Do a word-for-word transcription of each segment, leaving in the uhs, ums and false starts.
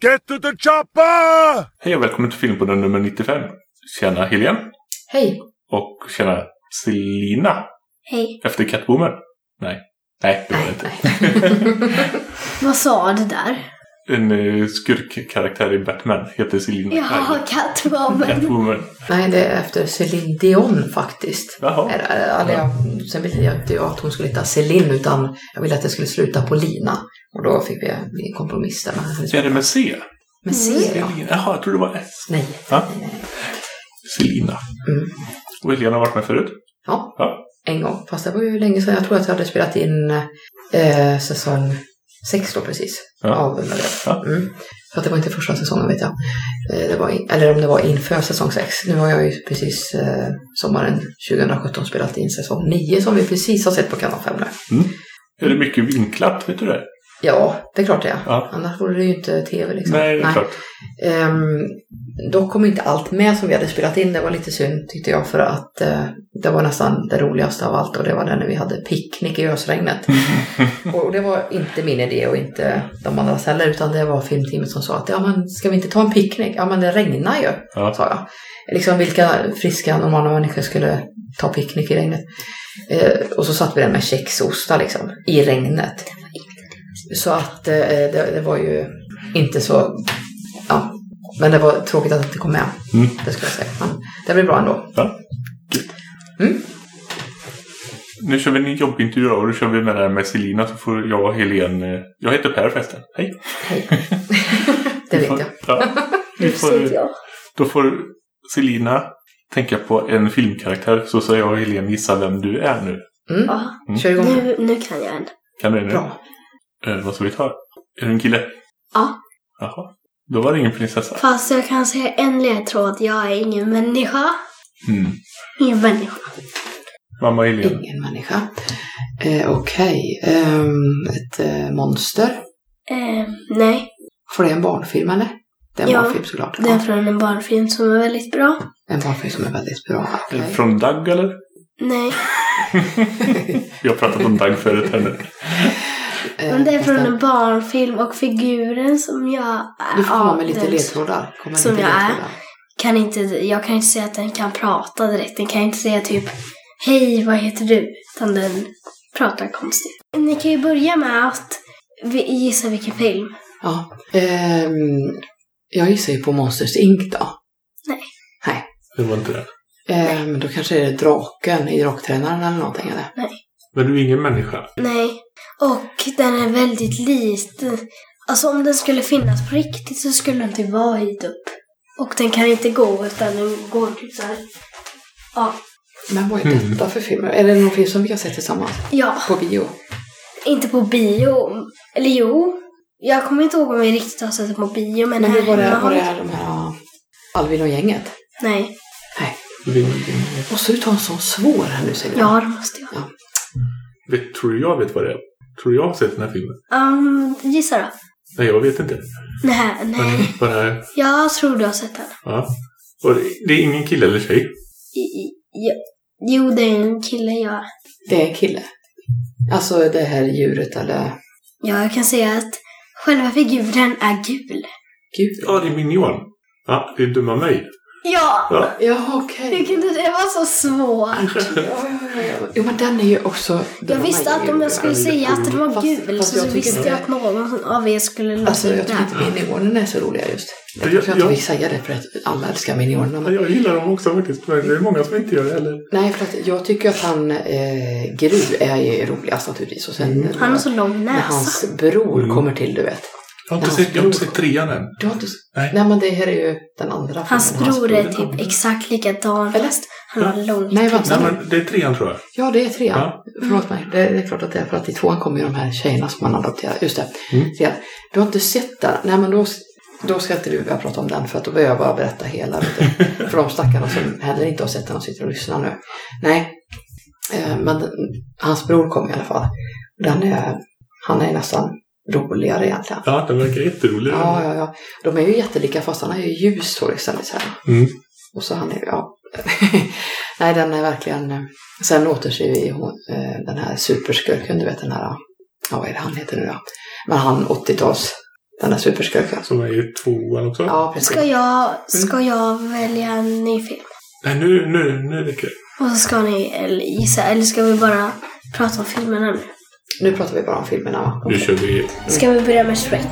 Get to the chopper! Hej och välkommen till Filmpodden nummer nittiofem. Tjena Helene. Hej. Och tjena Selina. Hej. Efter Catwoman. Nej. Nej, det var Nej, inte. nej. Vad sa du där? En uh, skurkkaraktär i Batman heter Selina. Ja, Catwoman. Catwoman. Nej, det är efter Céline Dion faktiskt. Jaha. Eller, jag, sen ville jag inte att hon skulle heta Céline, utan jag ville att det skulle sluta på Lina. Och då fick vi en kompromiss där. Är det med C? Med C, ja. Selina. Jaha, jag tror det var S. Nej. Ja. nej, nej. Selina. Mm. Och Helena har varit med förut? Ja, Ja. en gång. Fast det var ju länge sedan. Jag tror att jag hade spelat in eh, säsong sex då precis. Ja. Av Ulla Ja. mm. Så att det var inte första säsongen, vet jag. Eh, det var in, eller om det var inför säsong sex. Nu har jag ju precis eh, sommaren tjugosjutton spelat in säsong nio som vi precis har sett på kanal fem nu. Mm. Är det mycket vinklat, vet du det? Ja, det är klart det är. Ja. Annars vore det ju inte tv liksom. Nej, det är klart. Um, då kom inte allt med som vi hade spelat in. Det var lite synd tyckte jag, för att uh, det var nästan det roligaste av allt. Och det var det när vi hade picknick i ösregnet. Och det var inte min idé och inte de andras heller, utan det var filmteamet som sa att ja, men ska vi inte ta en picknick? Ja, men det regnar ju, Ja. sa jag. Liksom vilka friska normala människor skulle ta picknick i regnet. Uh, och så satt vi där med kexostar liksom i regnet. Så att eh, det, det var ju inte så, ja, men det var tråkigt att det inte kom med. Mm. Det skulle jag säga. Men det blir bra ändå. Ja. Mm. Nu kör vi en jobbintervju och då kör vi med det här med Selina, så får jag och Helene... Jag heter Per förresten. Hej. Hej. Det vet jag. Ja. Vi Det får, vet jag. då får Selina tänka på en filmkaraktär, så ska jag och Helene gissa vem du är nu. Mm. Ja. Mm. Kör igång. Nu, nu kan jag en. Kan du det nu? Bra. Eh, vad ska vi ta? Är du en kille? Ja. Jaha. Då var det ingen prinsessa. Fast jag kan säga en ledtråd. Jag är ingen människa. Mm. Ingen människa. Mamma Helene. Ingen människa. Eh, Okej. Okay. Um, ett eh, monster. Eh, nej. Får det en barnfilm eller? Det är en Ja, barnfilm såklart. Det är från en barnfilm som är väldigt bra. En barnfilm som är väldigt bra. Är det Okay. från Doug eller? Nej. Vi har pratat om Doug förut här nu. Men det är från en barnfilm och figuren som jag är. Du får komma med ja, lite den ledtrådar. Komma som lite jag är. ledtrådar. Kan inte, jag kan inte säga att den kan prata direkt. Den kan inte säga typ hej, vad heter du? Utan den pratar konstigt. Ni kan ju börja med att vi gissa vilken film. Ja. Ehm, jag gissar ju på Monsters Incorporated då. Nej. Nej. Det var inte det. Ehm, då kanske det är draken i Draktränaren eller någonting eller? Nej. Men du är ingen människa. Nej. Och den är väldigt liten. Alltså om den skulle finnas på riktigt så skulle den typ vara hit upp. Och den kan inte gå utan den går typ så här. Ja. Men vad är Mm. detta för filmer? Är det någon film som vi har sett tillsammans? Ja. På bio? Inte på bio. Eller jo. Jag kommer inte ihåg om vi riktigt har sett det på bio. Men, Men här det var det, hemma var det har- här, de här uh, Alvin och gänget? Nej. Nej. Vi, Måste du ta en sån svår här nu, Selina? Ja, det måste jag. Ja. vet, tror du jag vet vad det är? Tror du jag har sett den här filmen? Um, gissa då. Nej, jag vet inte. Nej, Men nej. bara, Jag tror du har sett den. ja. Och det, det är ingen kille eller tjej? I, i, ja. Jo, det är en kille jag... Det är en kille. Alltså det här djuret eller... Ja, jag kan säga att själva figuren är gul. Gud. Ja, det är Minion. Ja, det är dumma mig. Ja! Ja. Ja, okej. Hur kunde det vara så svårt? Ja, ja, ja, ja. Jo, men den är ju också... Jag visste att om jag skulle säga att den var Fast- gul fast så, jag så tycker visste inte- jag att någon av er skulle lösa Alltså, ut jag det tycker här. inte minionerna är så roliga just. Jag Jag- kanske inte jag- vill säga det för att alla älskar minionerna. Ja, Men... jag gillar dem också faktiskt. Men det är många som inte gör det heller. Nej, för att jag tycker att han... Eh, Gru är ju roligast naturligtvis. Och sen... Han har så lång När näsa. hans bror Mm. kommer till, du vet. Jag har inte, Ja, sett, jag har inte sett trean än. Du har inte... Nej. Nej, men det här är ju den andra. Hans filmen. bror är bror är typ exakt likadan Eller? fast han har långt. Nej, vänta. Nej, men det är trean tror jag. Ja, det är trean. Ja. Förlåt mig. Det är, det är klart att det är för att i tvåan kommer ju de här tjejerna som man adopterar. Just det. Mm. Trean. Du har inte sett den? Nej, men då, då ska inte du börja prata om den. För att då börjar jag bara berätta hela. Vet du. För de stackarna som heller inte har sett den och sitter och lyssnar nu. Nej. Eh, men den, hans bror kommer i alla fall. Den är, han är nästan roligare egentligen. Ja, den verkar jätterolig. Ja, ja, ja. De är ju jättelika fast han är ju ljus så istället så här. Mm. Och så han är ja. Nej, den är verkligen... Sen återser vi eh, den här superskurken, du vet den här... Ja, vad är det han heter nu då? Men han åttio-tals... Den där superskurken. Som är i tvåan också. Ja, precis. Ska jag, ska jag välja en ny film? Nej, nu, nu, nu räcker det. Och så ska ni eller, gissa, eller ska vi bara prata om filmerna nu? Nu pratar vi bara om filmerna, va? Nu kör vi. Ska vi börja med Shrek?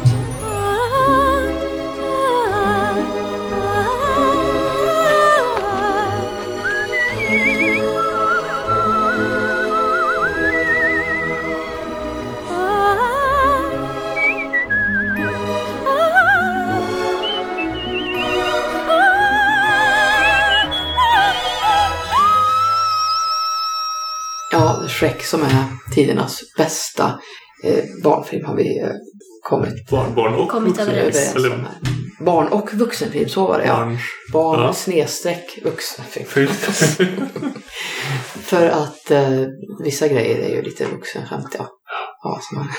Ja, Shrek som är tidernas bästa eh, barnfilm har vi eh, kommit, Barn, barn och Kommit vuxen. överens. överens Eller om här. Barn och vuxenfilm, så var det, ja. barn. Barn Ja. snedstreck vuxenfilm. Fy- För att eh, vissa grejer är ju lite vuxenskämt, ja. Ja, så, man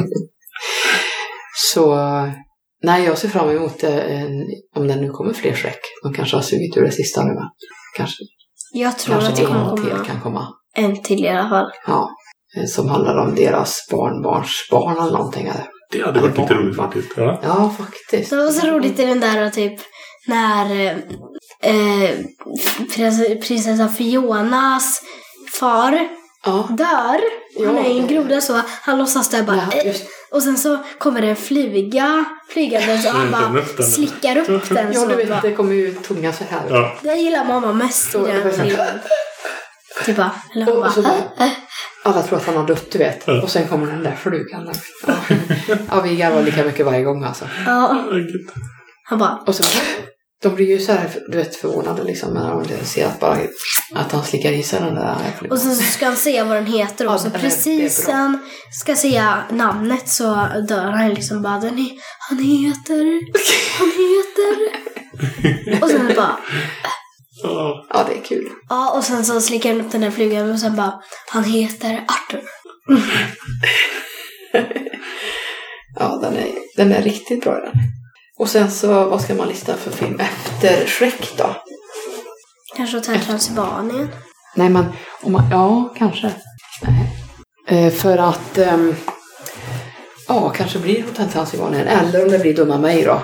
så nej, jag ser fram emot eh, en, om det nu kommer fler Shrek. De kanske har sugit ur det sista nu, va? Kanske, Jag tror kanske att det en kommer till komma kan komma. en till i alla fall. Ja, eh, som handlar om deras barnbarns barn eller någonting. Eller? Det hade varit Eller lite barn, roligt va? faktiskt. Ja. Ja, faktiskt. Det var så roligt i den där typ när eh, prins, prinsessa Fionas far Ja, dör. Han Ja. är en groda så. Han låtsas där bara. ja eh, just, Och sen så kommer det en flyga flygande så han Den bara upp den. slickar upp den. ja, Så du vet, bara. det kommer ju tunga så här. Ja. Det gillar mamma mest i Så, det var den så här. filmen. Typ bara. Eller hon Och, och så bara. bara, alla tror att han har dött, du vet. Ja. Och sen kommer den där flugan. Ja, ja vi garvar lika mycket varje gång alltså. Ja. Herregud. Han bara. Och sen, de blir ju så här, du vet, förvånade liksom när de ser att, bara, att han slickar i sig den där flugan. Och sen så ska han säga vad den heter Ja, också. det är- Precis det är bra. när han ska säga namnet så dör han liksom bara. Den är, han heter. Han heter. Och sen bara. Ja. Ja, det är kul. Ja, och sen så slickar han upp den där flugan och sen bara. Han heter Arthur. Ja, den är, den är riktigt bra den. Och sen så, vad ska man lista för film efter Shrek då? Kanske Hotell Transylvanien. Nej, men om man, ja, kanske. Nej. Eh, för att, ehm, ja, kanske blir Hotell Transylvanien. Eller om det blir Dumma mig då.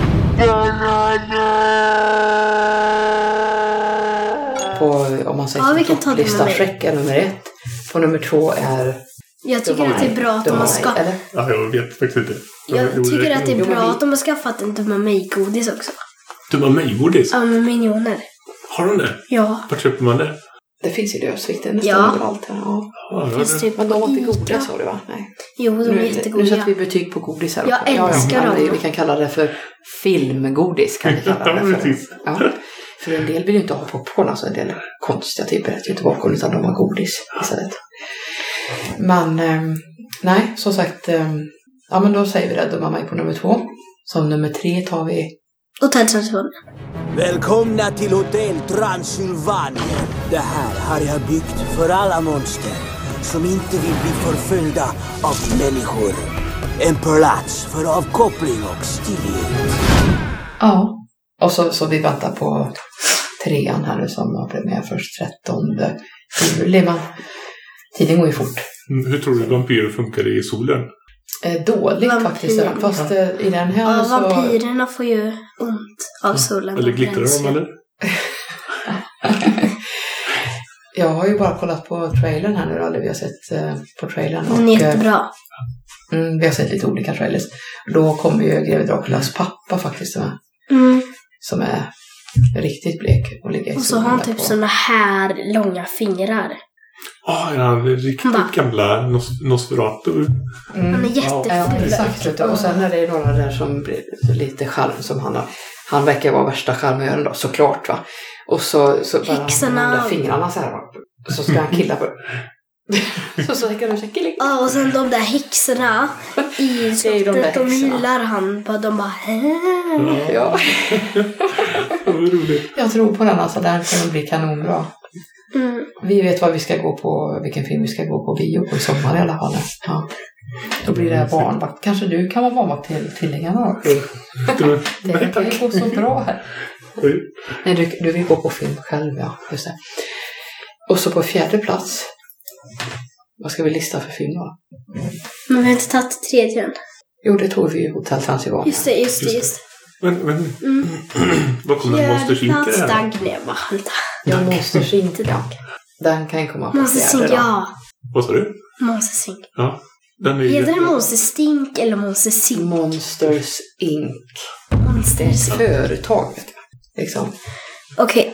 På, om man säger Ja, som vi kan ta topplista, Dumma mig. Shrek är nummer ett. På nummer två är Jag tycker Dumma att det är mig. bra att de Dumma har mig, skaffat. eller? Ja, jag vet faktiskt inte. Jag tycker att det är Jo, men bra vi- att de har skaffat en Dumma mig-godis också. Dumma mig-godis. Ja, med minioner. Har de det? Ja. Vart köper man det? Det finns i lösvikt, det är nästan Ja. överallt här. Ja. Ja, ja, Finns det. typ Men de var inte Ica. goda, sa du, va? Nej. Jo, de är Nu, nu jättegoda. sätter vi betyg på godis här Jag också. älskar men dem. Vi kan kalla det för filmgodis. Kan vi kalla Ja, det för. precis. Ja. För en del vill ju inte ha popcorn, alltså en del konstiga typer äter ju inte popcorn utan de har godis istället. Men ehm, nej, som sagt, ehm, ja men då säger vi det, Dumma mig på nummer två. Som nummer tre tar vi, Hotell Transylvanien. Välkomna till Hotell Transylvanien. Det här har jag byggt för alla monster som inte vill bli förföljda av människor. En plats för avkoppling och stillhet. ja. Och så, så vi väntar på trean här nu som har premiär först trettonde juli. Men tiden går ju fort. Mm, Hur tror du vampyrer funkar i solen? Eh, dåligt Vampyr. faktiskt. Fast eh, i den här Ja, så... vampyrerna får ju ont av solen. Eller glittrar de, eller? Jag har ju bara kollat på trailern här nu då, eller vi har sett eh, på trailern. Den är jättebra. eh, mm, vi har sett lite olika trailers. Då kommer ju greve Draculas pappa faktiskt med, Mm. som är riktigt blek och ligger i Och så solen har han där typ på. såna här långa fingrar. Ja, ja, det är riktigt Va? gamla Nos- Nosferatu. Mm. Han är Ja, jätteful. exakt. vet du. Och sen är det några där som blir lite charm som han har. Han verkar vara värsta charmören då, såklart va. Och så, så bara Häxorna. han de där fingrarna så här va. Så ska han killa på. så så kan du säga killing. Ja, och sen de där häxorna i Det är de slottet, där de, häxorna. gillar han. På, de bara... "Äh." Ja, Vad roligt. jag tror på den alltså. Den kommer bli kanonbra. Mm. Vi vet vad vi ska gå på, vilken film vi ska gå på bio på i sommar i alla fall. Ja. Då blir det här barnvakt. Kanske du kan vara barnvakt till tvillingarna då? Det Nej, tack. går så bra här. Oj. Nej, du, du vill gå på film själv, ja. Just det. Och så på fjärde plats. Vad ska vi lista för film då? Men vi har inte tagit tredje än. Jo, det tog vi i Hotell Transylvanien. Just det, just det, just det. Men, men... Mm. Vad kommer Monsters inte Fjäderplats här? Dag. Nej, bara halta. Ja, Monsters inte Dag. Den kan ju komma på Monsters fjärde Inc, då. ja. Vad sa du? Monsters Inc. Ja. Den är Heter jätte... det Monsters Stink eller Monsters Inc? Monsters Incorporated. Det är Monsters ett Inc. företag, vet du. Liksom. Okej.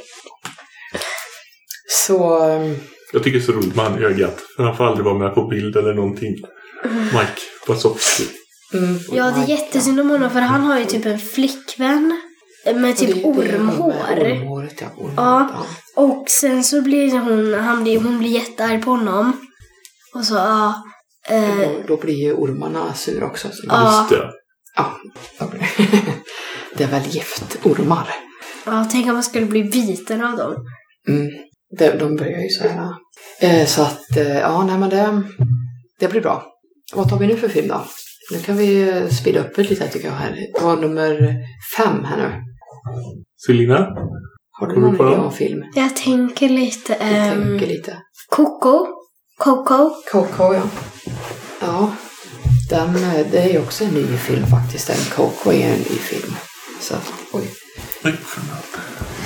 Så... Jag tycker det är så roligt med han ögat. För han får aldrig vara med på bild eller någonting. Mike Wazowski. Mm, Ja, det är jättesynd om honom för han har ju typ en flickvän med typ ormhår. Ormhåret, ja. Ormhåret, Ja. ja. Och sen så blir hon, han blir, hon blir jättearg på honom. Och så, ja. Eh, Då, då blir ju ormarna sura också. Så Ja. Just det. Ja, okej. Det är väl giftormar. ja, tänk om man skulle bli biten av dem. Mm. De, de börjar ju så här. Eh, så att, eh, ja, nej men det, det blir bra. Vad tar vi nu för film då? Nu kan vi speeda upp lite här, tycker jag här. Det var nummer fem här nu. Selina? Har du Kommer någon du på idé den? om film? Jag tänker lite... Jag Um, tänker lite. Coco. Coco. Coco, ja. Ja, den, det är ju också en ny film faktiskt. Den Coco är en ny film. Så, oj. Nej, förlåt.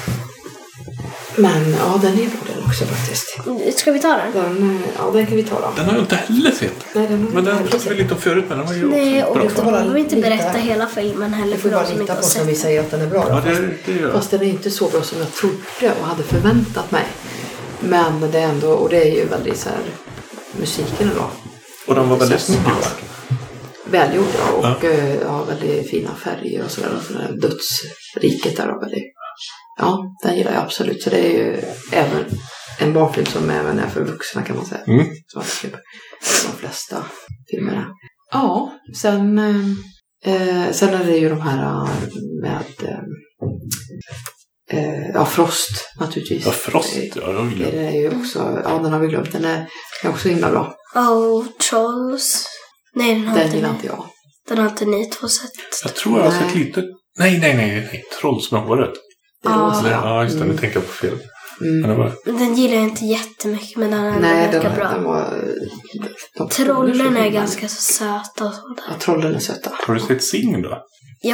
Men ja, den är bra den också faktiskt. Ska vi ta den? Den, ja, den kan vi ta då. Den har jag inte heller sett. Nej, den Men den pratade vi lite om förut, men den var ju Nej, också och bra. då bara behöver vi inte lite- berätta hela filmen heller Vi får för de bara som inte lita har på som vi sett. säger att den är bra då. Ja, fast, det, det gör jag. fast den är inte så bra som jag trodde och hade förväntat mig. Men det är ändå, och det är ju väldigt så här, musiken är bra. Och den var väldigt snygg, va? Välgjord, ja, och Ja. ja. Ja, väldigt fina färger och sådär. Och sådär dödsriket där och väldigt. Ja, den gillar jag absolut. Så det är ju även en barnfilm som även är för vuxna, kan man säga. Mm. Som typ de flesta filmerna. Ja, sen, eh, sen är det ju de här eh, med eh, ja, Frost naturligtvis. Ja, Frost, Det- ja, det har vi glömt. Det är ju också, ja, den har vi glömt. Den är, är också himla bra. Oh, Trolls. Nej, den har, Den inte, gillar ni, inte jag. den har inte ni två sett. Jag tror jag har Nej. sett lite... Nej, nej, nej, nej. Trolls med håret. Det är Ja. rosa, Eller, ja, just det. Mm. Nu tänker jag på fel. Men Mm. det var... Den gillar jag inte jättemycket, men den är ändå Nej, ganska den, bra. den var... De, Trollen är de- ganska så söta och sånt Ja, där. trollen är söta. Har du sett Sing då?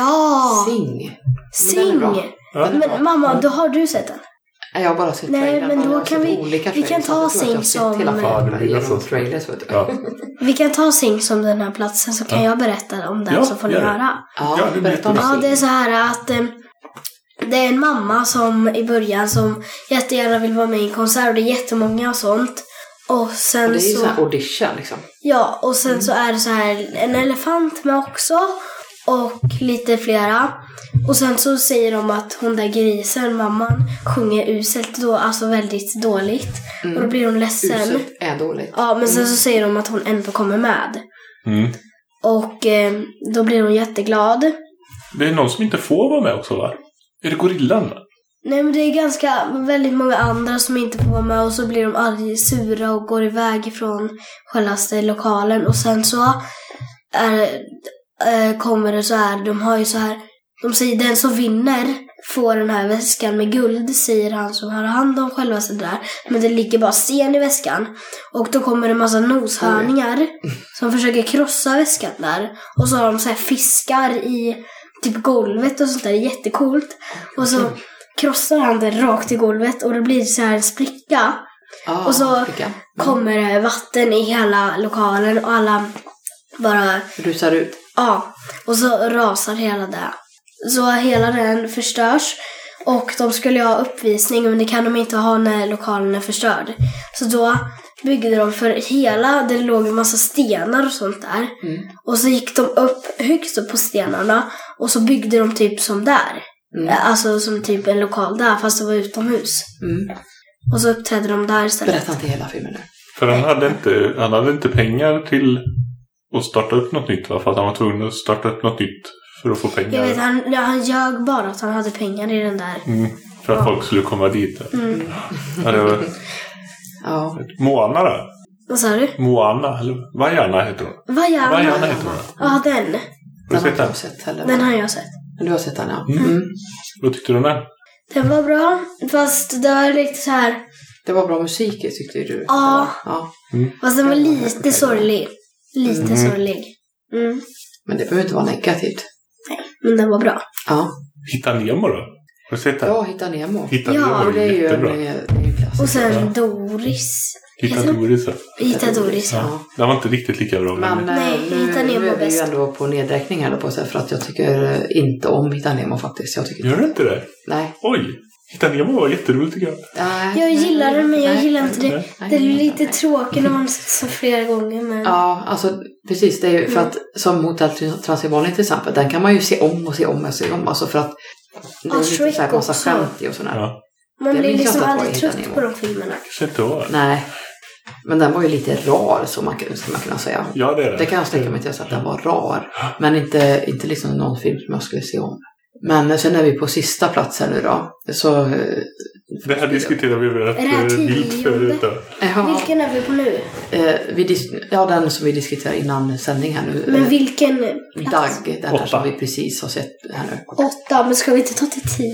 Ja! Sing. Den är Sing! bra. Ja. Den är bra. Men mamma, då har du sett den? Nej, jag har bara sett Nej, trailern, men då jag har kan sett vi- olika vi kan trailers. ta Jag tror att jag har Sing sett som- hela Ja, det filmen blir genom så. trailers, vet du. Ja. Vi kan ta Sing som den här platsen så kan Ja. jag berätta om den Ja, så får ni gör det. höra. Ja, Ja, det blir berätta om jättebra. Ja, Sing. det är så här att eh, det är en mamma som i början som jättegärna vill vara med i en konsert och det är jättemånga och sånt. Och sen Och det är ju så... så här audition liksom. Ja, och sen så är det så här en elefant med också. Och lite flera. Och sen så säger de att hon där grisen, mamman, sjunger uselt då, alltså väldigt dåligt. Och då blir hon ledsen. Uselt är dåligt. Ja, men sen så säger de att hon ändå kommer med. Mm. Och eh, då blir hon jätteglad. Det är någon som inte får vara med också, va? Är det gorillan? Nej, men det är ganska väldigt många andra som inte får vara med och så blir de arg, sura och går iväg från självaste lokalen. Och sen så är, äh, kommer det så här, de har ju så här, de säger den som vinner får den här väskan med guld, säger han som har hand om självaste där. Men det ligger bara sten i väskan. Och då kommer det en massa noshörningar som försöker krossa väskan där. Och så har de så här fiskar i typ golvet och sånt där, det är jättecoolt. Och så krossar han det rakt i golvet och det blir så här en spricka. Ja, Och så skicka. kommer det vatten i hela lokalen och alla bara, Rusar ut. ja, och så rasar hela det. Så hela den förstörs och de skulle ha uppvisning men det kan de inte ha när lokalen är förstörd. Så då byggde de för hela, det låg en massa stenar och sånt där. Mm. Och så gick de upp högst upp på stenarna och så byggde de typ som där. Mm. Alltså som typ en lokal där fast det var utomhus. Mm. Och så uppträdde de där istället. Berätta inte hela filmen nu. För han hade inte, han hade inte pengar till att starta upp något nytt, va? För att han var tvungen att starta upp något nytt för att få pengar. Jag vet, han, ja, han ljög bara att han hade pengar i den där. Mm, för att Ja. folk skulle komma dit. Mm. Ja, det var... Ja. Moana då? Vad sa du? Moana, eller Vaiana heter hon. Vaiana. Vaiana heter hon. Ja, den. Har du Den har sett inte den? jag sett heller. Den har jag sett. Men du har sett den, ja. Mm. Mm. Vad tyckte du om den? Den var bra, fast det var lite så här. Det var bra musik, tyckte du. Ja. Ja. Fast den var lite sorglig. Lite Mm. sorglig. Mm. Men det behöver inte vara negativt. Nej, men den var bra. Ja. Hitta Nemo då? Har du sett det? Ja, Hitta Nemo. Hitta Ja, Nemo Det är ju jättebra. en, det är ju en klassiker. Och sen Ja. Doris. Hitta Heter- Doris. Ja. Hitta Doris, ja. Ja. Den var inte riktigt lika bra. Men Men... Nej, eh, nu, Hitta Nemo nu är vi ju bäst. ändå på nedräkning här då på sig för att jag tycker eh, inte om Hitta Nemo faktiskt. Jag tycker Gör du inte det? Nej. Oj! Hitta Nemo var jätteroligt tycker jag. Nej. Jag gillar den, men jag Nej. gillar inte det. Nej. Nej, Det är nej, lite nej. tråkigt när man sett så flera gånger, men... Ja, alltså precis. Det är ju för Mm. att som Hotell Transylvanien till exempel, den kan man ju se om och se om och se om. Alltså för att det är Ja, lite Shrek så här massa också. skämt i och sådär. Ja. Man det blir minns jag liksom inte att det var aldrig Hitta trött Nemo. på de filmerna. Kanske inte var. Nej. Men den var ju lite rar så man, skulle man kunna säga. Ja, det är det. Det kan jag sträcka mig till att den var rar. Men inte, inte liksom någon film som jag skulle se om. Men sen är vi på sista plats här nu då. Så... eh, Det här diskuterar vi rätt Är det här eh, vilt tionde? förut då. Ja, Vilken är vi på nu? eh, vi dis- ja, den som vi diskuterar innan sändning här nu. Men eh, vilken plats? Dag, den här Åtta. som vi precis har sett här nu. Åtta, men ska vi inte ta till tio?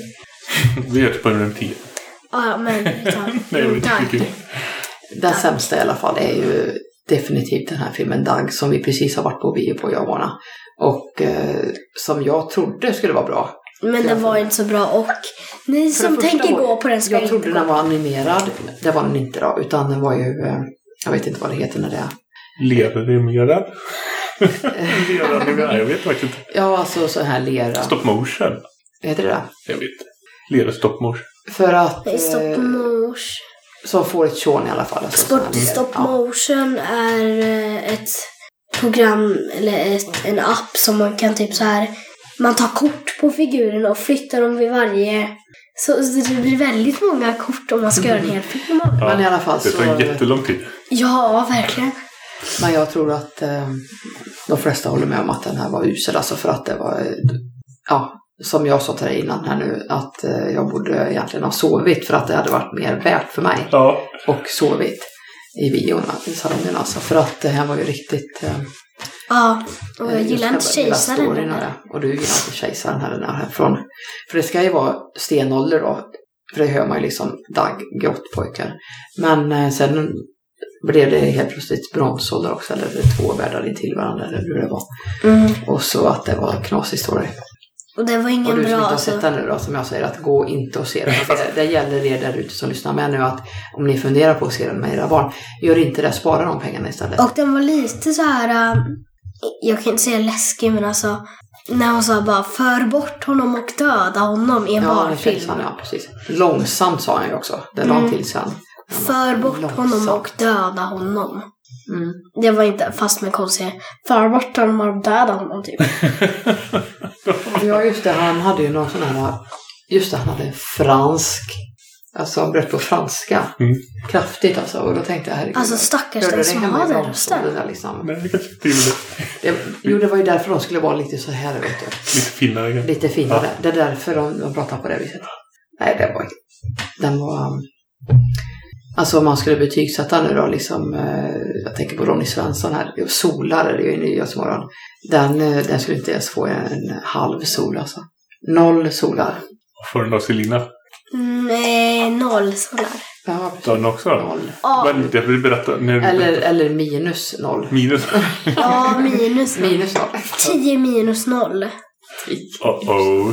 Vi är på en tio. Ja, men... Nej, jag Jo, vet inte tack. vilken. Den sämsta i alla fall är ju definitivt den här filmen Dag som vi precis har varit på bio på, jag och Mona. Och eh, som jag trodde skulle vara bra. Men den var inte så bra, och ni För som det första tänker var- gå på den ska Jag inte trodde gå. den var animerad. Det var den inte då, utan den var ju... Eh, jag vet inte vad det heter när det är. Leranimerad? Leranimerad? Jag vet faktiskt inte. Ja, alltså så här lera. Stop motion? Heter det det? Jag vet inte. Lera stop motion. För att... Nej, stop Eh, motion. som får ett tjorn i alla fall. Alltså, Sport, sån här lera. stop Ja. motion är eh, ett program eller ett, en app som man kan typ så här, man tar kort på figurerna och flyttar dem vid varje, så, så det blir väldigt många kort om man ska göra en hel film av det. Men i alla fall Det så... tar jättelång tid. Ja, verkligen. Men jag tror att eh, de flesta håller med om att den här var usel. Alltså för att det var... eh, Ja, som jag sa till dig innan här nu. Att eh, jag borde egentligen ha sovit. För att det hade varit mer värt för mig. Ja. Och sovit i biorna, i salongen alltså. För att det här var ju riktigt... Eh, Ja, och jag just gillar inte hela- hela kejsaren storyn heller. av det. Och du gillar inte kejsaren heller den här från. För det ska ju vara stenålder då. För det hör man ju liksom Dag, grottpojkar. Men eh, sen blev det helt plötsligt bronsålder också. Eller två världar in till varandra. Eller hur det var. Mm. Och så att det var en knasig story. Och det var Och ingen du som bra inte har alltså. sett den nu då, som jag säger, att gå inte och se den. Det, det gäller er där ute som lyssnar med nu, att om ni funderar på att se den med era barn, gör inte det, spara de pengarna istället. Och den var lite så här, um, jag kan inte säga läskig, men alltså när hon sa bara för bort honom och döda honom i en ja, barnfilm. kejsaren, ja, precis. Långsamt sa han ju också. Det la Mm. till sen. För bort Långsamt. honom och döda honom. Mm. Det var inte fast med konstiga. För bort honom och döda honom typ. Ja, just det. Han hade ju någon sån här... Just det, han hade fransk... Alltså, han bröt på franska. Mm. Kraftigt alltså. Och då tänkte jag, herregud. Alltså stackars hörde den det som hemma i har den bronsåldern rösten. där, liksom. Nej, det kanske inte gjorde. det, Jo, det var ju därför de skulle vara lite så här, vet du. Lite finare. kanske. Lite finare. Det är därför de, de pratar på det viset. Nej, det var... Den var... um, Alltså om man skulle betygsätta nu då, liksom... eh, Jag tänker på Ronny Svensson här. Solar är det ju i Nyhetsmorgon. Den, eh, den skulle inte ens få en halv sol alltså. Noll solar. Får den av Selina. Nej, noll sådär. Ja, Den också. noll. Ja, Men det vill berätta. När Eller, eller minus noll. Minus. ja, minus noll. Minus noll. tio minus noll. Oh-oh.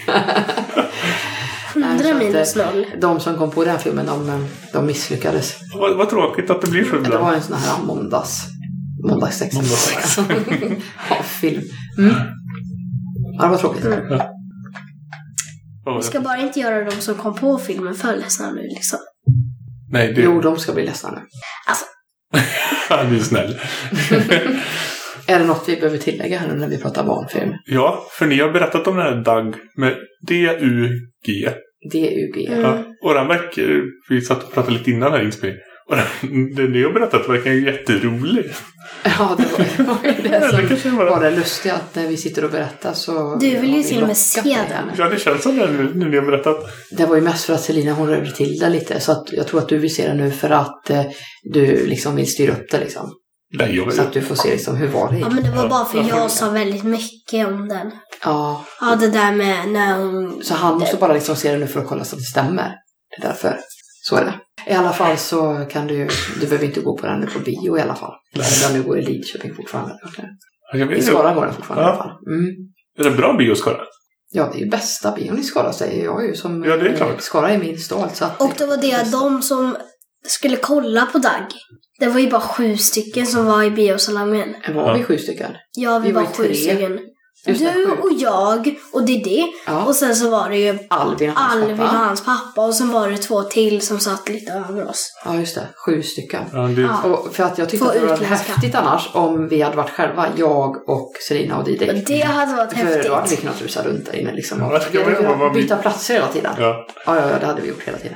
hundra minus noll. De som kom på den här filmen, de, de misslyckades. Vad, vad tråkigt att det blir så Det ibland. var en sån här måndags... Måndagssex. Måndagssex. Ja, film. Mm. Ja, det var tråkigt. Vad var Vi det? ska bara inte göra de som kom på filmen för ledsna nu liksom. Nej, det Jo, de ska bli ledsna nu. Alltså, Han är snäll. Är det något vi behöver tillägga här nu när vi pratar barnfilm? Ja, för ni har berättat om den här Dag med D U G. D U G. Mm. Ja, och den verkar, vi satt och pratade lite innan här inspelningen. Och den, det ni har berättat verkar ju jätterolig. Ja, det var, det var ju det Det som kanske var var det lustiga, att när vi sitter och berättar så... Du vill ju har vi till och med lockat se med den. Ja, det känns som det nu när ni har berättat. Det var ju mest för att Selina, hon rörde till det lite. Så att jag tror att du vill se det nu för att eh, du liksom vill styra upp det liksom. Nej, jag Så att du får se liksom, hur var det ja, men det var bara för Ja, jag sa väldigt mycket om den. Ja, Ja, det där med när hon... så han måste bara liksom se det nu för att kolla så att det stämmer. Det är därför. Så är det. I alla fall så kan du, du behöver inte gå på den nu på bio i alla fall. Utan du går i Lidköping fortfarande. Jag vet I Skara går den fortfarande ja. i alla fall. Mm. Är det bra bio Skara? Ja, det är ju bästa bion i Skara säger jag ju. Som, ja, det är klart. Skara är min stad. Så att och det var det, de som skulle kolla på Dag. Det var ju bara sju stycken som var i biosalongen. Var ja. vi sju stycken? Ja, vi, vi var, var sju tre. stycken. Just du det, och jag och Diddy. Ja. Och sen så var det ju Albin och hans, Albin och hans pappa. Och sen var det två till som satt lite över oss. Ja, just det. Sju stycken. Ja, det... ja. Och för att jag tyckte två att det var häftigt annars om vi hade varit själva. Jag och Selina och Diddy. Det hade varit för häftigt. För då hade vi kunnat rusa runt där inne liksom. Ja, vi hade kunnat byta platser hela tiden. Ja. Ja, ja, ja, det hade vi gjort hela tiden.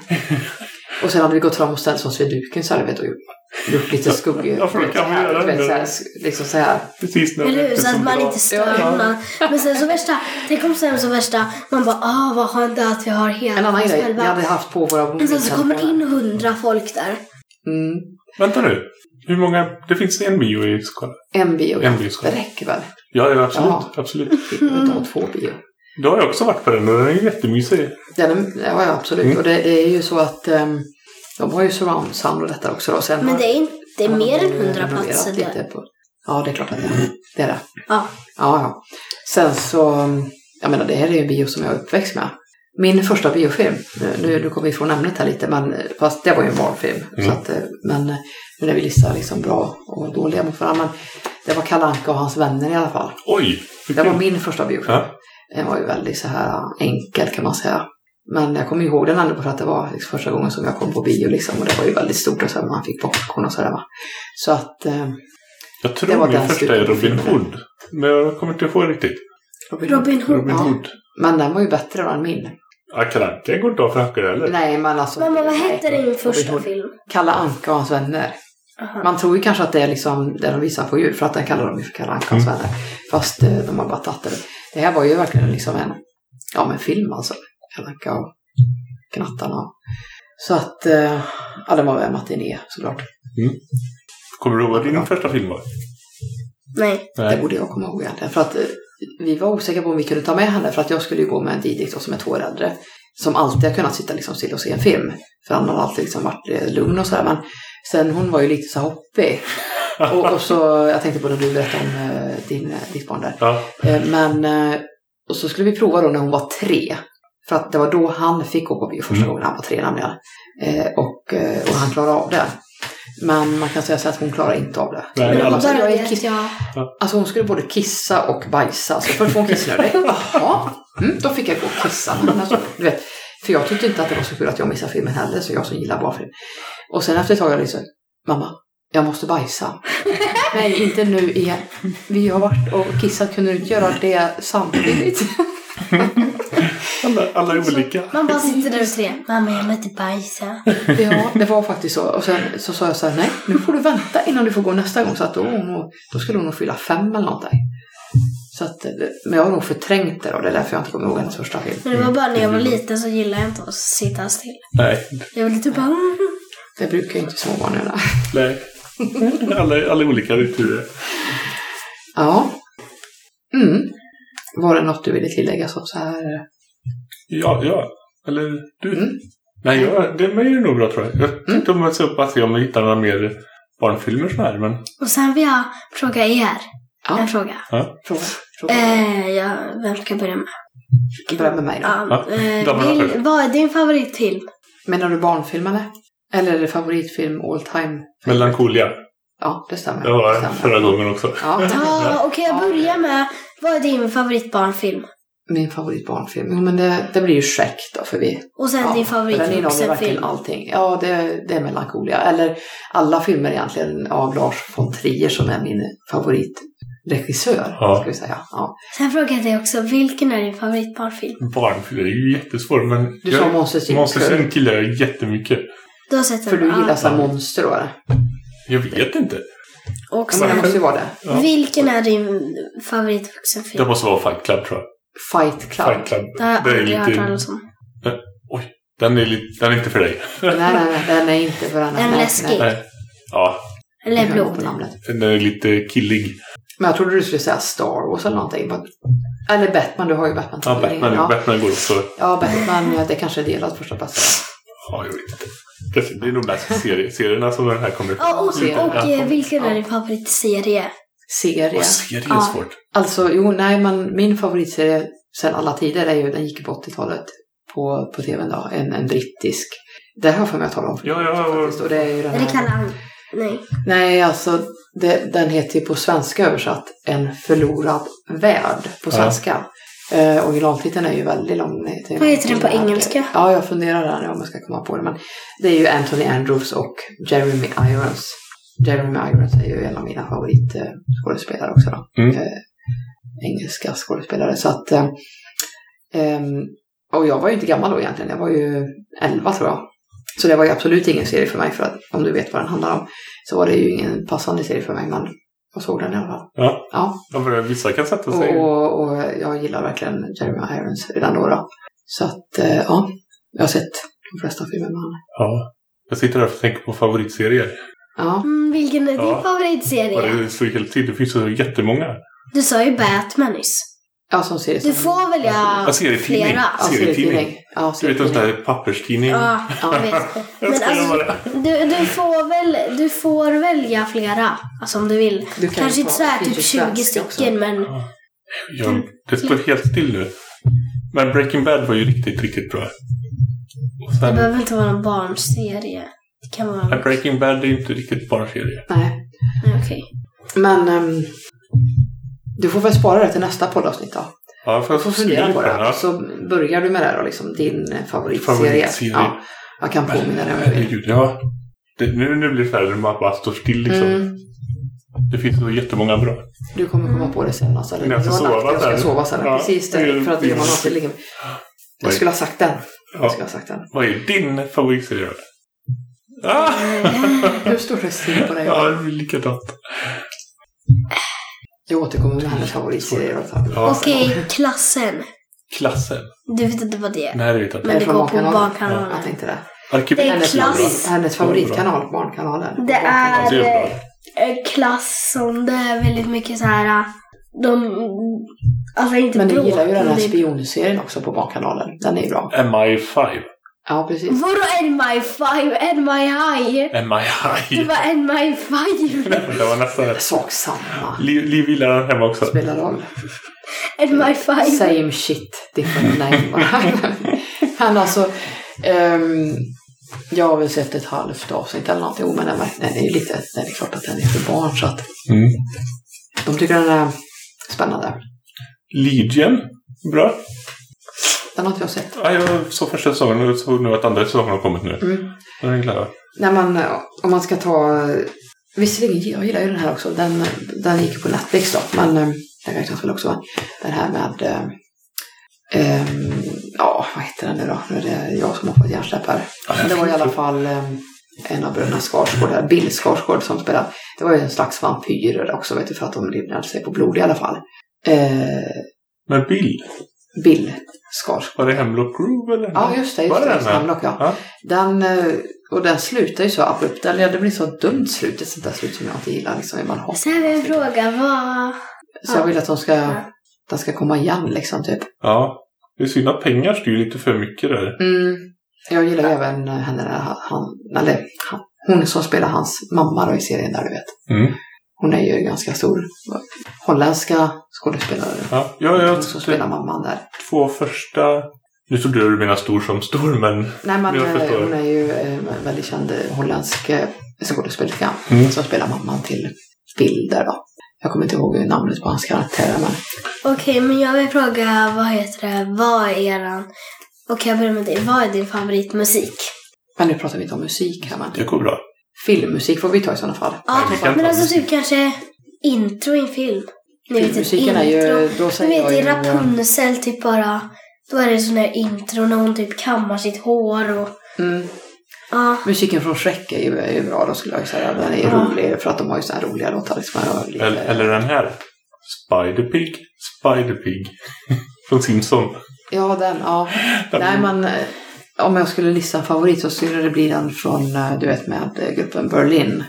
Och sen hade vi gått fram och ställt oss vid duken så här, vet du. Gjort lite skuggor. Ja, för det kan vi göra. Vet, så här, liksom så här. Precis. Eller hur, så att man inte stör ja. Men sen så värsta, tänk om sen så värsta, man bara, ah vad skönt det att vi har hela en annan grej, vi hade haft på våra men sen så kommer in hundra folk där. Mm. Vänta nu, hur många, det finns en bio i Skara? En bio, en bio det räcker väl? Ja, ja absolut. Ja. absolut. Vi behöver ta två bio. Då har jag också varit på den och den är ju jättemysig. Den är, ja, ja, absolut. Mm. Och det, det är ju så att um, de har ju surround sound och detta också. Då. Sen men har, det är inte det är mer än hundra platser där. På, ja, det är klart att det är det. Är det. Ja. Ja, ja. Sen så, jag menar det här är ju en bio som jag är uppväxt med. Min första biofilm, nu, nu kommer vi från ämnet här lite, men fast det var ju en barnfilm. Mm. Så att, men nu när vi listar liksom bra och dåliga mot varandra. Men det var Kalle Anka och hans vänner i alla fall. Oj! Det var min första biofilm. Ja. Den var ju väldigt så här enkel kan man säga. Men jag kommer ihåg den ändå för att det var liksom första gången som jag kom på bio liksom. Och det var ju väldigt stort och så här, man fick popcorn och sådär va. Så att eh, jag tror det var min första är Robin Hood. Men jag kommer inte ihåg riktigt. Robin Hood. Robin Hood. Robin Hood. Ja. Men den var ju bättre än min. Ja, Kalle Anka går inte av för hackare eller? Nej, men alltså... Mamma, vad hette din första film? Kalle Anka och hans vänner. Uh-huh. Man tror ju kanske att det är liksom det de visar på djur. För att den kallar de ju för Kalle Anka och hans mm. vänner. Fast eh, de har bara tagit det. Det här var ju verkligen liksom en, ja, en film alltså. Kalle Anka och knattarna. Så att, eh, ja, det var en matiné såklart. Mm. Kommer du ihåg vad din ja. första film var? Nej. Nej. Det borde jag komma ihåg egentligen. För att eh, vi var osäkra på om vi kunde ta med henne. För att jag skulle ju gå med en Didrik som är två år äldre. Som alltid har kunnat sitta liksom still och se en film. För han har alltid liksom varit lugn och sådär. Men sen hon var ju lite så hoppig. och, och så, jag tänkte på när du berättade om uh, din, ditt barn där. Ja. Uh, men, uh, och så skulle vi prova då när hon var tre. För att det var då han fick gå på bio första mm. gången. Han var tre nämligen. Uh, och, uh, och han klarade av det. Men man kan säga så att hon klarar inte av det. Nej, men alltså, jag är kiss- ja. Alltså hon skulle både kissa och bajsa. Så först får hon kissnödig. Jaha, mm, då fick jag gå och kissa. Men alltså, du vet, för jag tyckte inte att det var så kul att jag missade filmen heller. Så jag som gillar barnfilm. Och sen efter ett tag jag liksom, mamma, jag måste bajsa. Nej, inte nu igen. Vi har varit och kissat, kunde du inte göra det samtidigt? alla, alla är olika. Man bara sitter där och säger, mamma jag måste bajsa. Ja, det var faktiskt så. Och sen så sa jag så här, nej, nu får du vänta innan du får gå nästa gång. Så att då, då skulle hon nog fylla fem eller någonting. Så att, men jag har nog förträngt det då. Det är därför jag inte kommer ihåg hennes första film. Men det var bara när jag var liten så gillade jag inte att sitta still. Nej. Jag var lite bara... Det brukar ju inte småbarn göra. Nej. Alla, alla olika riturer. Ja. Mm. Var det något du ville tillägga så, så här? Ja, ja. Eller du? Mm. Nej, jag, det är mig nog bra tror jag. Jag tänkte mm. om jag ska upp att se om vi hittar några mer barnfilmer så här. Men... Och sen vill jag fråga er. Ja. En fråga. Ja. Fråga. fråga. Eh, ja, vem ska börja med? Börja med mig då. Ja, ja. Eh, vill, vad är din favoritfilm? Menar du barnfilm eller? Eller är det favoritfilm all time? Melancholia. Ja, det stämmer. Det var det stämmer. förra gången också. Ja, ja okej, jag börjar med. Vad är din favoritbarnfilm? Min favoritbarnfilm? Jo, men det, det blir ju Shrek då, för vi... Och sen ja, din favoritvuxenfilm? Allting. Ja, det, det är Melancholia. Eller alla filmer egentligen av Lars von Trier som är min favoritregissör, ja. ska vi säga. Ja. Sen frågar jag dig också, vilken är din favoritbarnfilm? Barnfilm, det är ju jättesvårt, men... Du sa Monsters Inc. Monsters Inc gillar jag jättemycket. Du har sett för du gillar så här monster då, eller? Jag vet inte. Och men det måste ju vara det. Ja. Vilken är din favoritvuxenfilm? Det måste vara Fight Club, tror jag. Fight Club? Fight Club. Det har jag aldrig hört talas om. Oj, den är, lite, den är inte för dig. nej, nej, nej, den är inte för den. Den är läskig. Nej. Ja. Eller blod. Den är lite killig. Men jag trodde du skulle säga Star Wars eller någonting. Eller Batman, du har ju Batman. Ja, Batman, ja. Batman går också. Ja, Batman, ja, det kanske är delat första platsen. Ja, jag vet inte. Det är nog mest serie, serierna som den här kommer. Ja, och, och, och ja. Vilken är din favoritserie? serie. Och serie är Ja. svårt. Alltså, jo, nej, men min favoritserie sen alla tider är ju, den gick på åttiotalet på, på tvn då, en, en brittisk. Det har jag för mig att tala om. För Ja, ja, faktiskt. Och det är ju den Är det här... kallar Nej. Nej, alltså, det, den heter ju på svenska översatt En förlorad värld på Ja. svenska. Eh, originaltiteln är ju väldigt lång. Vad heter den på engelska? Ja, jag funderar där nu om jag ska komma på det. Men det är ju Anthony Andrews och Jeremy Irons. Jeremy Irons är ju en av mina favoritskådespelare också då. Mm. Eh, engelska skådespelare. Så att, eh, eh, och jag var ju inte gammal då egentligen. Jag var ju elva tror jag. Så det var ju absolut ingen serie för mig. För att om du vet vad den handlar om så var det ju ingen passande serie för mig. Men jag såg den i alla fall. Ja, Ja. ja men vissa kan sätta sig. Och, och, och jag gillar verkligen Jeremy Irons redan då. då. Så att, eh, ja. Jag har sett de flesta filmer med honom. Ja. Jag sitter där och tänker på favoritserier. Ja. Mm, vilken är din Ja. favoritserie? Och det står helt tid. Det finns så jättemånga. Du sa ju Batman nyss. Ja, som serie. Du får välja Ja, serietidning. flera. Ja, serietidning. Ja, Du vet en sån serietidning. där papperstidning. Ja, jag vet. Jag Men skojar alltså, bara. du, du, får väl, du får välja flera. Alltså om du vill. Du kan Kanske ju inte ta- såhär finns typ ju tjugo svenska också. stycken, men... Ja, det står helt still nu. Men Breaking Bad var ju riktigt, riktigt bra. Och Det sen, behöver inte vara en barnserie. Det kan vara... Nej, Breaking Bad är ju inte riktigt bara serie. Nej. Nej, okej. Men um, du får väl spara det till nästa poddavsnitt då. Ja, för Du får fundera på det. Ja. Så börjar du med det då, liksom din favoritserie. Favoritserie. Ja, jag kan påminna dig om det. Herregud, ja. Det, nu, nu blir det färre, man bara står still liksom. Mm. Det finns så jättemånga bra. Du kommer komma på det sen. Alltså, Men jag ska det var natt, sova jag ska sen. sova sen. Ja, Precis, det är- det, för att det man alltid ligger... Jag skulle ha sagt den. Jag Ja. skulle ha sagt den. Vad är din favoritserie? Ah! Hur står det still på dig? Ja, det blir likadant. Jag återkommer med hennes favoritserie. Ja. Okej, Klassen. Klassen. Du vet inte vad det är. Nej, det vet jag inte. Men det från går på Barnkanalen. Barnkanalen. Jag tänkte det. Arkivist. Det är Hennes, klass. favorit, hennes favoritkanal, Barnkanalen. Det Ja, det är är bra. eh, Klass som det är väldigt mycket så här. De... Alltså inte Men ni bråk, gillar ju den här det- spionserien också på Barnkanalen. Den är ju bra. M I fem. Ja, precis. Vadå N My Five? N My High? M I Det High. var N My Five. Det var nästan rätt. Sak samma. Liv, Liv gillar den hemma också. Spelar roll. N My Five. Same shit, different name. Men alltså, um, jag har väl sett ett halvt avsnitt eller någonting. Jo, men den, den är ju lite, den är klart att den är för barn så att Mm. de tycker den är spännande. Legion. Bra. Den har inte jag sett. Ja, jag såg första säsongen och såg nu att andra säsongen har kommit nu. Mm. Den är glad. När man, om man ska ta, visserligen, jag gillar ju den här också. Den, den gick ju på Netflix då, men eh, det räknas väl också. Den här med, eh, eh, ja, vad heter den nu då? Nu är det jag som har fått hjärnsläpp här. Det var i alla fall eh, en av bröderna Skarsgård, där, Bill Skarsgård som spelade. Det var ju en slags vampyrer också, vet du, för att de livnade sig på blod i alla fall. Eh, Men Bill, Bill Skarsgård. var det Hemlock Grove eller? Ja, just det. Just Var det det, den just här? Hemlock, ja. Ja. Den, eh, och den slutar ju så abrupt. Eller det blir så dumt slut. Ett sånt där slut som jag inte gillar. Liksom, man har. Så här vill jag fråga, vad... Så jag vill att de ska, Ja. de ska komma igen liksom, typ. Ja. Det är synd att pengar styr lite för mycket där. Mm. Jag gillar ju även henne där, han, eller han, hon som spelar hans mamma då i serien där, du vet. Mm. Hon är ju ganska stor. Holländska skådespelare. Ja, ja, jag Hon som spelar mamman där. två första... Nu trodde jag du menar stor som stor, men... Nej, men Jag eh, förstår. hon är ju eh, väldigt känd eh, holländsk eh, skådespelerska Mm. som spelar mamman till Bill där då. Jag kommer inte ihåg namnet på hans karaktär, men Okej, men jag vill fråga, vad heter det? Vad är eran... Okej, jag börjar med dig. Vad är din favoritmusik? men nu pratar vi inte om musik här, men Det går bra. filmmusik får vi ta i sådana fall. Ja, vi kan men ta alltså musik. typ kanske intro i en film. Ni vet, ett Filmmusiken är ju, intro. då Du säger vet, i jag ju... Rapunzel typ bara... Då är det sån här intro när hon typ kammar sitt hår och... Mm, Ja, musiken från Shrek är ju, är ju bra, då skulle jag säga. Den är ju Ja. rolig för att de har ju såna här roliga låtar. Liksom, och lite- Eller, eller den här. Spider-Pig. Spider-Pig. Från Simpson. Ja, den, ja. Nej, men eh, om jag skulle lista en favorit så skulle det bli den från, eh, du vet, med eh, gruppen Berlin.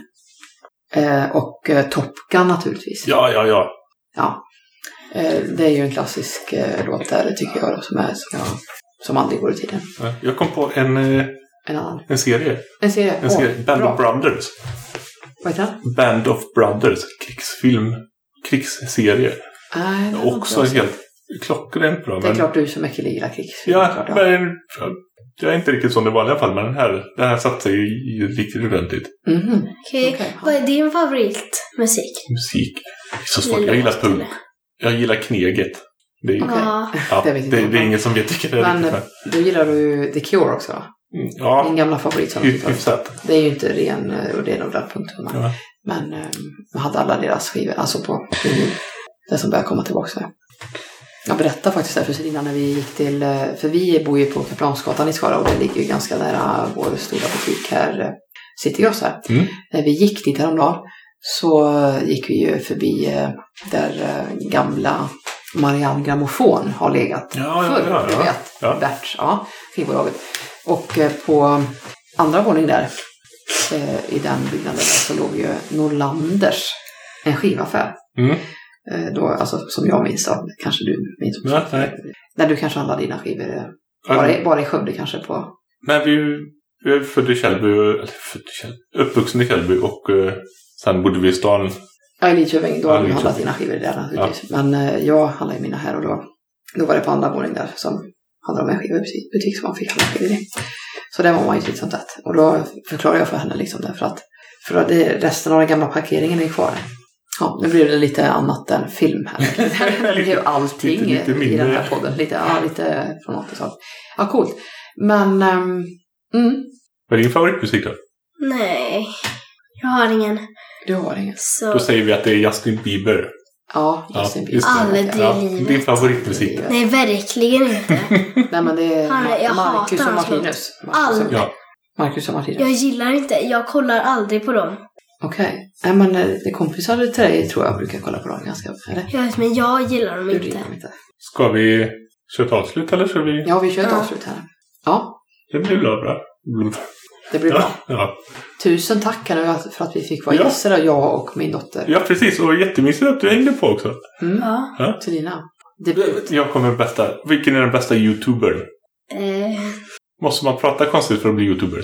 Eh, och eh, Top Gun naturligtvis. Ja, ja, ja. Ja. Eh, det är ju en klassisk eh, låt där, det tycker jag, då, som, är, som, jag, som aldrig går i tiden. Jag kom på en, eh, En annan. en serie. En serie. En serie. Åh, Band bra. of Brothers. Vad heter den? Band of Brothers. Krigsfilm krigsserie. Nej, det också helt klockrent bra. Det är men... klart du som är gillar krigs. Ja, klart, ja. men jag är inte riktigt sån i vanliga fall, men den här, den här satt sig ju riktigt ordentligt. Mm-hmm. Okej, Okay, vad är din favoritmusik? Musik. Det är så svårt. Jag gillar punk. Jag gillar kneget. Det är, okay. Ja. ja, det, det, är det, det är ingen som vet vilket det är. Men riktigt, men då gillar du The Cure också va? Mm, ja. Din gamla favorit som Hy- hyfsat. Det är ju inte ren och det är nog rätt punkt. Ja. Men um, jag hade alla deras skivor, alltså på det som börjar komma tillbaka. Jag berättade faktiskt där för Selina när vi gick till, för vi bor ju på Kaplansgatan i Skara och det ligger ju ganska nära vår stora butik här, City Gross här. Mm. När vi gick dit häromdagen så gick vi ju förbi där gamla Marianne Grammofon har legat Ja, ja, förr, ja, du ja. vet. Ja. Bert, ja, skivbolaget. Och på andra våningen där, i den byggnaden där, så låg ju Norlanders, en skivaffär. Mm. Då, alltså som jag minns av, kanske du minns också. Ja, nej. Där du kanske handlade dina skivor bara, bara i Skövde kanske på. Men vi, vi är födda i Källby, eller född i Källby, uppvuxen i Källby och uh, sen bodde vi i stan. Ja, i Lidköping, då ja, hade du Lidköping. handlat dina skivor där naturligtvis. Ja. Men uh, jag handlade mina här och då, då var det på andra våningen där som handlade om en skivbutik som man fick handla skivor i. Så det var man ju lite sånt där. Och då förklarade jag för henne liksom därför att för att det, resten av den gamla parkeringen är kvar. Ja, nu blir det lite annat än film här. Det blev allting lite, lite i den här podden. Lite, ja, lite från något och sånt. Ja, coolt. Men, um, mm. Vad är din favoritmusik då? Nej, jag har ingen. Du har ingen. Så... Då säger vi att det är Justin Bieber. Ja, Justin Ja, Bieber. just det. Aldrig i Ja, livet. din favoritmusik. Nej, verkligen inte. Nej, men det är Han är- jag Marcus hatar och hans Martinus. All- Marcus, Ja. Marcus och Martinus. Jag gillar inte, jag kollar aldrig på dem. Okej. Nej, men eh, det kompisar till dig tror jag brukar kolla på dem ganska. Eller? Jag vet, men jag gillar dem Du inte. gillar dem inte. Ska vi köra ett avslut eller ska vi? Ja, vi kör ett Ja. avslut här. Ja, Det blir bra. bra. det blir bra. Ja, ja. Tusen tack nu för att vi fick vara Ja. gäster, där, jag och min dotter. ja, precis. Och jättemysigt att du hängde på också. Mm. Ja. Selina. Debut. Jag kommer bästa. Vilken är den bästa YouTubern? Eh, Måste man prata konstigt för att bli YouTubers?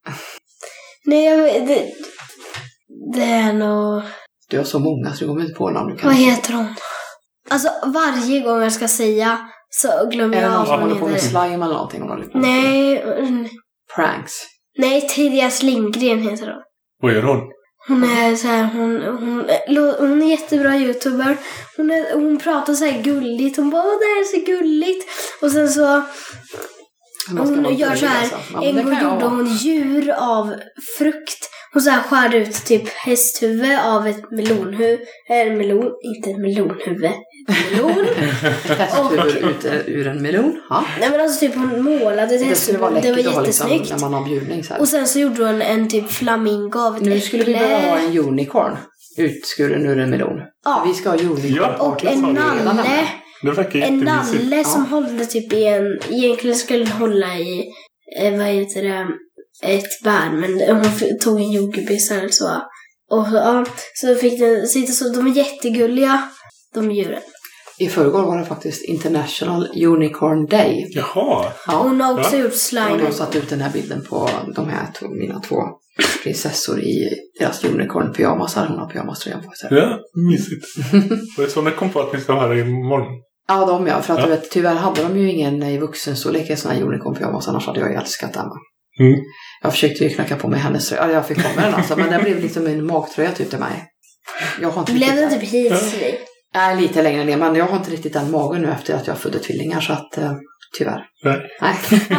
nej, jag vet, det, det är nog... Du har så många så du kommer inte på namn. Du kan Vad heter hon? Alltså, varje gång jag ska säga så glömmer Är det jag någon av som vad håller hon på med heter. slime eller någonting? Hon håller på med? Nej, mm, Pranks. nej, Therese Lindgren heter hon. Vad gör hon? Hon är så här, hon, hon, hon är jättebra YouTuber. Hon, är, hon pratar så här gulligt. Hon bara, åh, det här är så gulligt. Och sen så, Man ska hon vara gör så här, alltså. Ja, men en det gång kan jag gjorde vara. hon djur av frukt. Hon så här skär ut typ hästhuvud av ett melonhuvud. Eller melon, inte ett melonhuvud. Ett melon. Hästhuvud ut ur en melon. Ja. Nej, men alltså typ hon målade ett Det skulle vara hästhuvud. Det läckert var att ha liksom, jättesnyggt. när man har bjudning så här. Och sen så gjorde hon en typ flamingo av ett Nu skulle vi äpple. behöva ha en unicorn utskuren ur en melon. Ja. Vi ska ha unicorn. Ja, Och det sa en du redan. nalle. Det verkar En jättemysigt. nalle som Ja. hållde typ i en... Egentligen skulle den hålla i... Eh, vad heter det? Ett bär. Men hon f- tog en jordgubbis eller så. Och ja, så fick den sitta så. De är jättegulliga, de djuren. I förrgår var det faktiskt International Unicorn Day. Jaha. Ja. Hon har också Ja. gjort Och slime. de satt ut den här bilden på de här två, mina två prinsessor i deras unicorn pyjamasar. Hon har pyjamaströjan på sig. Ja, mysigt. Och det är så när kom på att ni ska ha det imorgon. Ja, de ja. För att Ja. du vet, tyvärr hade de ju ingen i vuxenstorlek i sån här unicorn pyjamas. Annars hade jag ju älskat den. Mm. Jag försökte ju knacka på mig hennes tröja. Ja, jag fick på mig den alltså. Men det blev liksom en magtröja typ till mig. Jag har inte Blev riktigt den typ hit till dig? Nej, lite längre ner. Men jag har inte riktigt den magen nu efter att jag födde tvillingar. Så att, uh, tyvärr. Nej. Nej.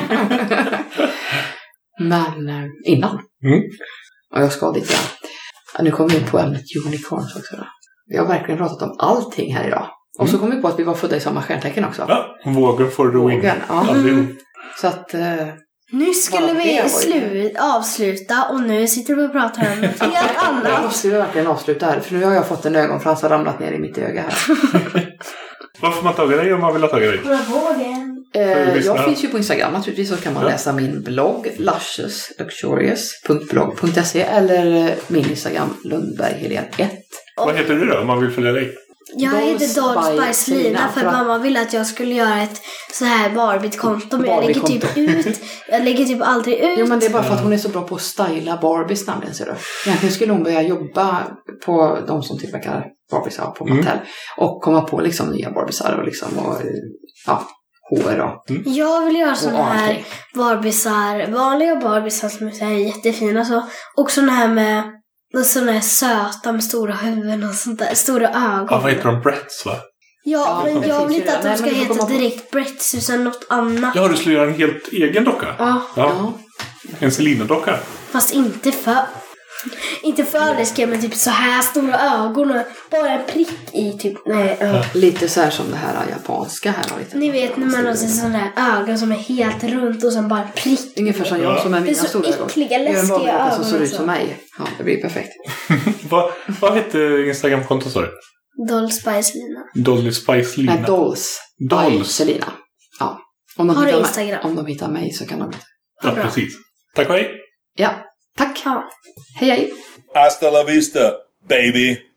Men uh, innan. Mm. Och jag ska dit igen. Ja, nu kommer vi in på ämnet unicorns också. Då. Vi har verkligen pratat om allting här idag. Och så kom vi på att vi var födda i samma stjärntecken också. Ja, vågen for the win. Vågen, ja. Allihop. Så att... Uh, Nu skulle Bara det vi var ju- slut, avsluta och nu sitter vi och pratar om något helt jag annat. måste ju verkligen avsluta här. För nu har jag fått en ögonfrans som har ramlat ner i mitt öga här. Vad får man tag i dig om man vill ha tag i dig? Kolla vågen. Eh, lyssna. jag finns ju på Instagram naturligtvis, så kan man Ja. läsa min blogg luscious luxurious punkt blogg punkt se eller eh, min Instagram Lundberg Helén ett. Vad heter du då om man vill följa dig? Jag heter Dolls Spice Lina för att mamma ville att jag skulle göra ett så här Barbie-konto. Men jag lägger typ ut. Jag lägger typ aldrig ut. Jo, men det är bara för att hon är så bra på att styla Barbies namnen, ser du. Egentligen skulle hon börja jobba på de som tillverkar Barbies på Mattel. Mm. Och komma på liksom nya Barbiesar och liksom och, ja, hår och... Mm. Jag vill göra såna här Barbiesar, vanliga Barbiesar som är jättefina så. Och såna här med såna här söta med stora huvuden och sånt där, stora ögon. Ja, vad heter de? Bretts, va? Ja, ja, men jag vill inte att de ska heta på... direkt Bretts utan något annat. Ja, du skulle göra en helt egen docka? Ja. ja. ja. En Selina-docka? Fast inte för... Inte för det ska men typ så här stora ögon och bara en prick i typ... Nej, ja. Lite så här som det här japanska här. Lite ni vet när man har sådana här ögon som är helt runt och sen bara prick. Ungefär som jag som är mina stora ögon. Det är så äckliga, läskiga ögon. Som ser ut som mig. Ja, det blir perfekt. vad, vad heter Instagram-kontot, sa du? Dolls Spice Lina. Dolly Spice Lina. Nej, Dolls. Dolls. Lina. Ja. Om de, har hittar du Instagram? Mig, om de hittar mig så kan de... Ja, ja precis. Tack och hej. Ja, tack. Ja. Hej, hej. Hasta la vista, baby.